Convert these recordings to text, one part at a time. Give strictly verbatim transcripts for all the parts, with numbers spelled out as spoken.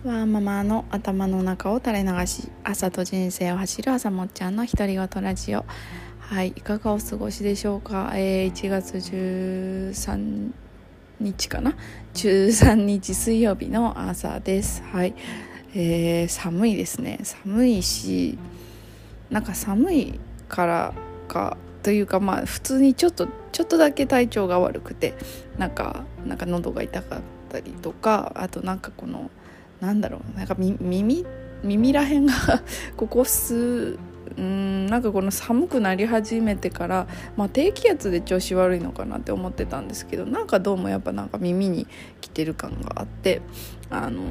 ワーママの頭の中を垂れ流し、朝と人生を走る朝もっちゃんの独り言ラジオ。はい、いかがお過ごしでしょうか。えー、いちがつじゅうさんにちかなじゅうさんにち水曜日の朝です。はい、えー、寒いですね。寒いし、なんか寒いからかというか、まあ普通にちょっとちょっとだけ体調が悪くて、なんかなんか喉が痛かったりとか、あとなんかこのなんだろうなんか耳耳らへんがここ数うんなんかこの寒くなり始めてから、まあ、低気圧で調子悪いのかなって思ってたんですけど、なんかどうもやっぱなんか耳に来てる感があって、あの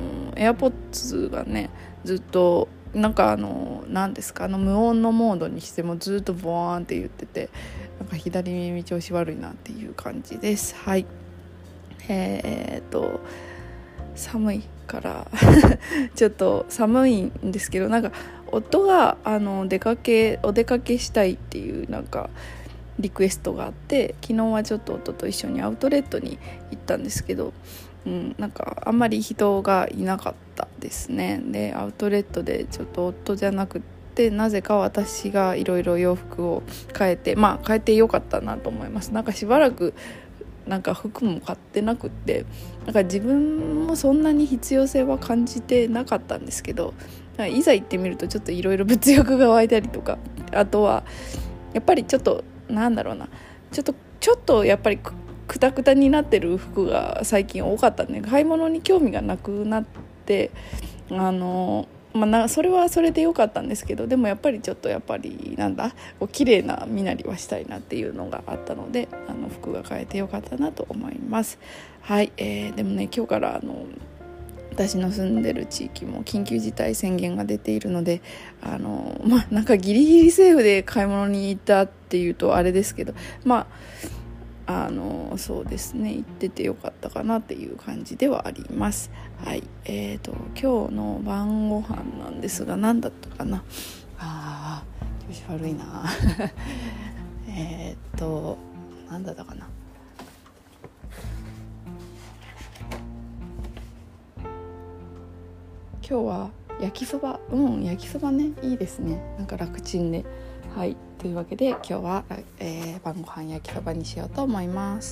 AirPods がねずっとなんかあの何ですかあの無音のモードにしてもずっとボワーンって言ってて、なんか左耳調子悪いなっていう感じです。はい、えー、っと寒いからちょっと寒いんですけど、なんか夫があの出かけお出かけしたいっていうなんかリクエストがあって、昨日はちょっと夫と一緒にアウトレットに行ったんですけど、うん、なんかあんまり人がいなかったですね。でアウトレットでちょっと夫じゃなくて、なぜか私がいろいろ洋服を変えて、まあ変えてよかったなと思います。なんかしばらくなんか服も買ってなくって、なんか自分もそんなに必要性は感じてなかったんですけど、いざ行ってみるとちょっといろいろ物欲が湧いたりとか、あとはやっぱりちょっとなんだろうなちょっとちょっとやっぱりくくたくたになってる服が最近多かったんで、買い物に興味がなくなって、あのまあ、なそれはそれで良かったんですけど、でもやっぱりちょっとやっぱりなんだこう綺麗な身なりはしたいなっていうのがあったので、あの服が買えて良かったなと思います。はい、えー、でもね今日からあの私の住んでる地域も緊急事態宣言が出ているので、あのまあなんかギリギリセーフで買い物に行ったっていうとあれですけど、まああのそうですね行っててよかったかなっていう感じではあります。はい、えーと今日の晩ご飯なんですが、何だったかなあー調子悪いなえっと何だったかな今日は焼きそば、うん焼きそばねいいですね、なんか楽ちんで。はい、というわけで今日は、えー、晩ご飯焼きそばにしようと思います。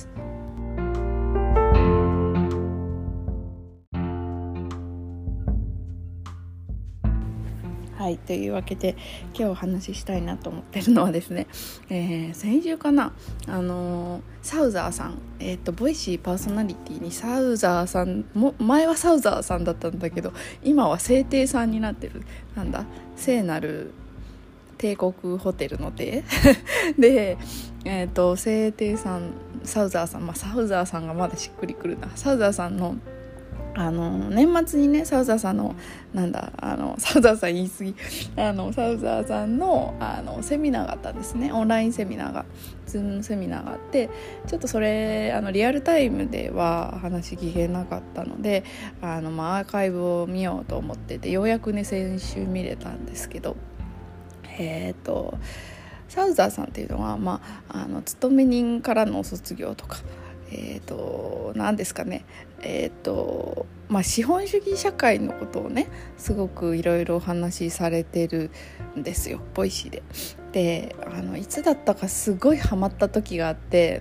はい、というわけで今日お話ししたいなと思ってるのはですね、えー、先週かなあのー、サウザーさん、えー、とボイシーパーソナリティにサウザーさんも前はサウザーさんだったんだけど、今は聖帝さんになってる、なんだ聖なる帝国ホテルの帝で、えー、と聖帝さんサウザーさん、まあ、サウザーさんがまだしっくりくるな。サウザーさんのあの年末にねサウザーさんのなんだあのサウザーさん言い過ぎあのサウザーさんのあのセミナーがあったんですね。オンラインセミナーがズームのセミナーがあって、ちょっとそれあのリアルタイムでは話聞けなかったので、あの、まあ、アーカイブを見ようと思ってて、ようやくね先週見れたんですけど、えーとサウザーさんっていうのは、まあ、あの勤め人からの卒業とか、えーと何ですかねえーとまあ、資本主義社会のことをねすごくいろいろお話しされてるんですよ、ボイシーで。であのいつだったかすごいハマった時があって、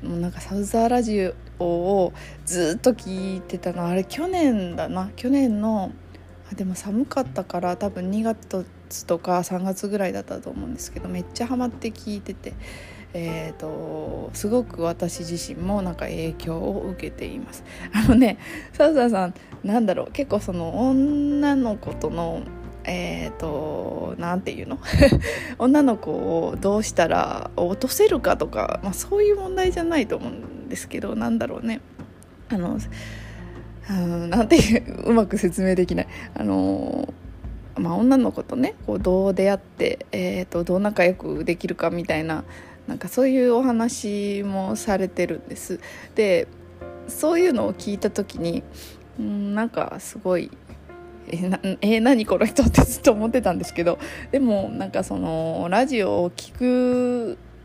もうなんかサウザーラジオをずっと聞いてたの、あれ去年だな去年のあでも寒かったから多分にがつとかさんがつぐらいだったと思うんですけど、めっちゃハマって聞いてて、えーとすごく私自身もなんか影響を受けています。あのねサウザーさんなんだろう結構その女の子とのえーとなんていうの女の子をどうしたら落とせるかとか、まあ、そういう問題じゃないと思うんですけど、なんだろうねあのうんなんていううまく説明できない、あのまあ、女の子とねこうどう出会って、えーとどう仲良くできるかみたいな、なんかそういうお話もされてるんです。でそういうのを聞いた時にんなんかすごいえなえ何この人ってずっと思ってたんですけど、でもなんかそのラジオを聞く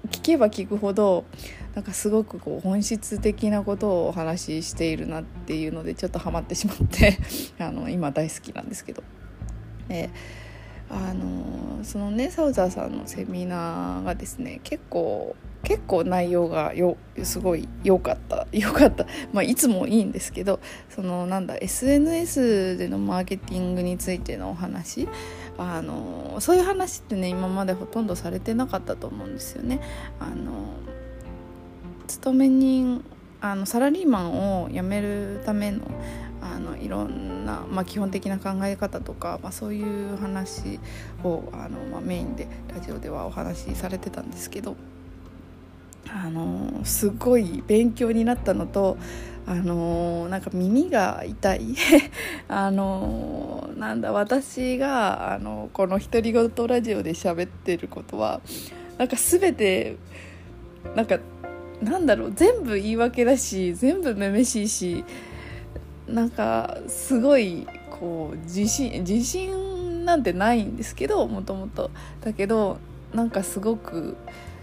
聞けば聞くほどなんかすごくこう本質的なことをお話ししているなっていうのでちょっとハマってしまってあの今大好きなんですけど、えー、あのそのねサウザーさんのセミナーがですね結構結構内容がよすごい良かった良かった、まあ、いつもいいんですけど、そのなんだ エスエヌエス でのマーケティングについてのお話、あのそういう話ってね今までほとんどされてなかったと思うんですよね。あの勤め人あのサラリーマンを辞めるためのあのいろんな、まあ、基本的な考え方とか、まあ、そういう話をあの、まあ、メインでラジオではお話しされてたんですけど、あのすごい勉強になったのと、あのなんか耳が痛いあのなんだ私があのこの独り言ラジオで喋ってることはなんか全てなんかなんだろう全部言い訳だし全部めめしいし、なんかすごいこう自信自信なんてないんですけどもともとだけどなんかすごく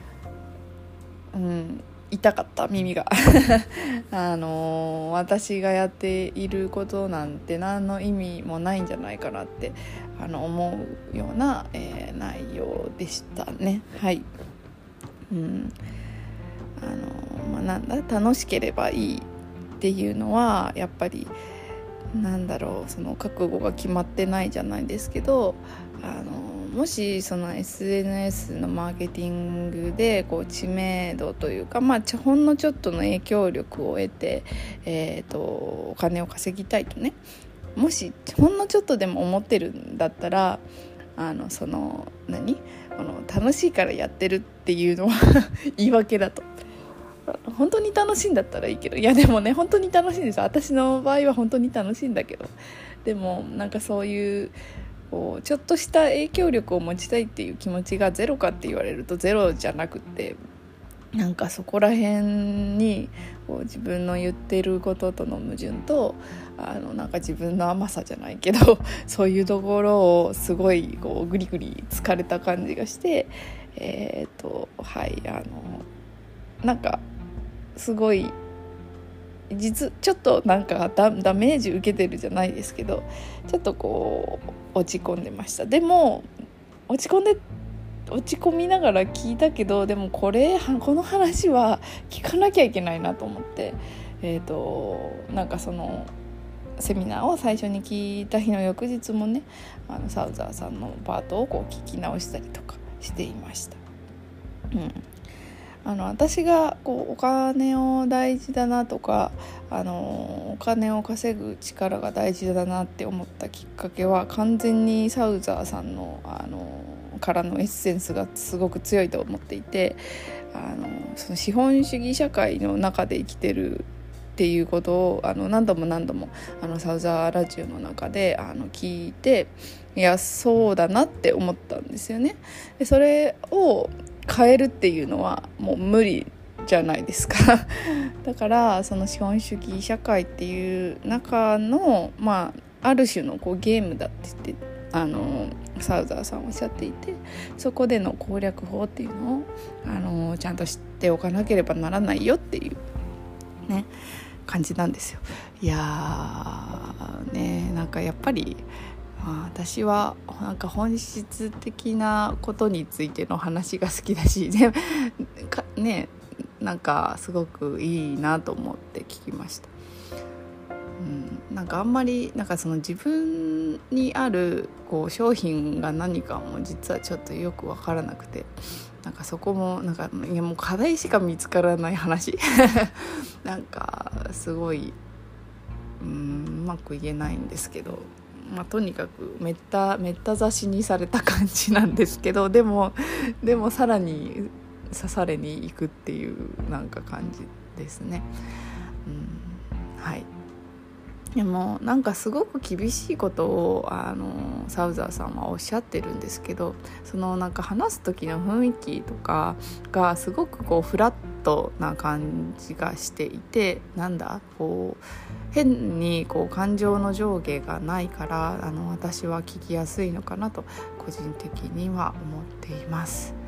うん痛かった耳があの私がやっていることなんて何の意味もないんじゃないかなってあの思うような、えー、内容でしたね。はい、うんあのまあ、なんだ楽しければいいっていうのはやっぱりなんだろうその覚悟が決まってないじゃないですけど、あのもしその エスエヌエス のマーケティングでこう知名度というか、まあ、ほんのちょっとの影響力を得て、えーと、お金を稼ぎたいとね、もしほんのちょっとでも思ってるんだったらあのその何あの楽しいからやってるっていうのは言い訳だと。本当に楽しいんだったらいいけど、いやでもね本当に楽しいんですよ。私の場合は本当に楽しいんだけど、でもなんかそういうこうちょっとした影響力を持ちたいっていう気持ちがゼロかって言われるとゼロじゃなくって、なんかそこら辺にこう自分の言ってることとの矛盾とあのなんか自分の甘さじゃないけどそういうところをすごいこうグリグリ疲れた感じがして、えー、っとはいあのなんかすごい実ちょっとなんか ダ, ダメージ受けてるじゃないですけどちょっとこう落ち込んでました。でも落ち込んで落ち込みながら聞いたけど、でもこれこの話は聞かなきゃいけないなと思って、えーとなんかそのセミナーを最初に聞いた日の翌日もねあのサウザーさんのパートをこう聞き直したりとかしていました。うんあの私がこうお金を大事だなとかあのお金を稼ぐ力が大事だなって思ったきっかけは完全にサウザーさんの、あのからのエッセンスがすごく強いと思っていて、あのその資本主義社会の中で生きてるっていうことをあの何度も何度もあのサウザーラジオの中であの聞いて、いやそうだなって思ったんですよね。でそれを変えるっていうのはもう無理じゃないですかだからその資本主義社会っていう中の、まあ、ある種のこうゲームだって言ってあのサウザーさんおっしゃっていて、そこでの攻略法っていうのをあのちゃんと知っておかなければならないよっていうね感じなんですよ。いやーねなんかやっぱり私はなんか本質的なことについての話が好きだしでかねなんかすごくいいなと思って聞きました。うん、なんかあんまりなんかその自分にあるこう商品が何かも実はちょっとよく分からなくて、なんかそこもなんかいやもう課題しか見つからない話なんかすごい、うん、うまく言えないんですけど、まあ、とにかくめっためった刺しにされた感じなんですけど、でもでもさらに刺されに行くっていうなんか感じですね。うん、はい。でもなんかすごく厳しいことをあのサウザーさんはおっしゃってるんですけど、そのなんか話す時の雰囲気とかがすごくこうフラットな感じがしていて、なんだこう変にこう感情の上下がないからあの私は聞きやすいのかなと個人的には思っています。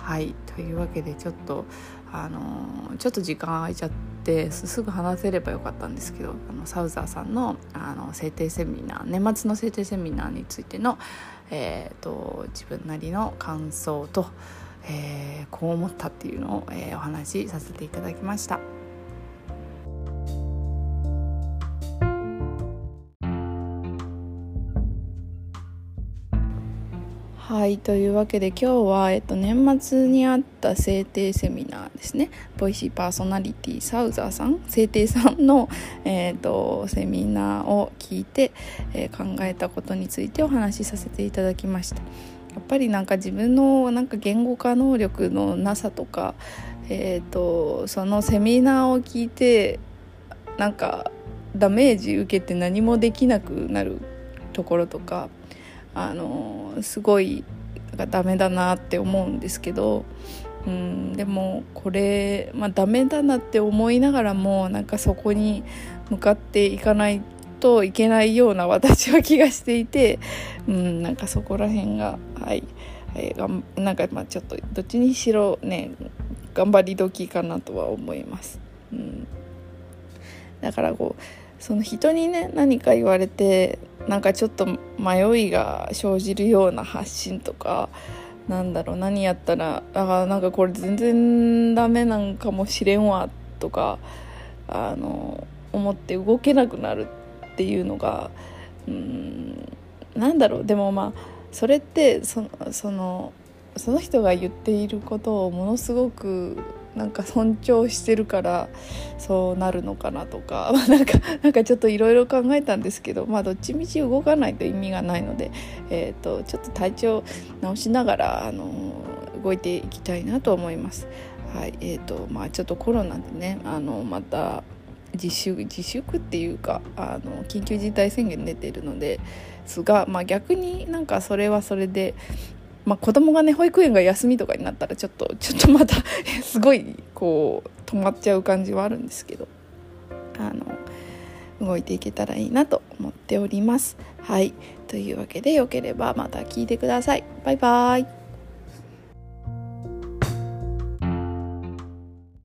はいというわけでちょっとあのちょっと時間空いちゃってすぐ話せればよかったんですけど、あのサウザーさんのあの制定セミナー、年末の制定セミナーについての、えー、と自分なりの感想と、えー、こう思ったっていうのを、えー、お話しさせていただきました。はいというわけで今日は、えっと、年末にあった制定セミナーですね、ボイシーパーソナリティサウザーさん制定さんの、えー、とセミナーを聞いて、えー、考えたことについてお話しさせていただきました。やっぱりなんか自分のなんか言語化能力のなさとか、えー、とそのセミナーを聞いてなんかダメージ受けて何もできなくなるところとか、あのすごいなんかダメだなって思うんですけど、うん、でもこれ、まあ、ダメだなって思いながらもなんかそこに向かっていかないといけないような私は気がしていて、うん、なんかそこら辺がはい、はい、がんなんかまあちょっとどっちにしろね頑張り時かなとは思います、うん、だからこうその人にね何か言われてなんかちょっと迷いが生じるような発信とか、なんだろう何やったらあなんかこれ全然ダメなんかもしれんわとかあの思って動けなくなるっていうのがうーんなんだろうでもまあそれってそのそのその人が言っていることをものすごくなんか尊重してるからそうなるのかなとかなんかなんかちょっといろいろ考えたんですけど、まあどっちみち動かないと意味がないので、えーと、ちょっと体調直しながら、あのー、動いていきたいなと思います。はい、えーとまあちょっとコロナでねあのまた自粛自粛っていうかあの緊急事態宣言出ているのですが、まあ、逆になんかそれはそれでまあ、子供がね保育園が休みとかになったらちょっとちょっとまたすごいこう止まっちゃう感じはあるんですけど、あの動いていけたらいいなと思っております。はいというわけでよければまた聞いてください。バイバイ。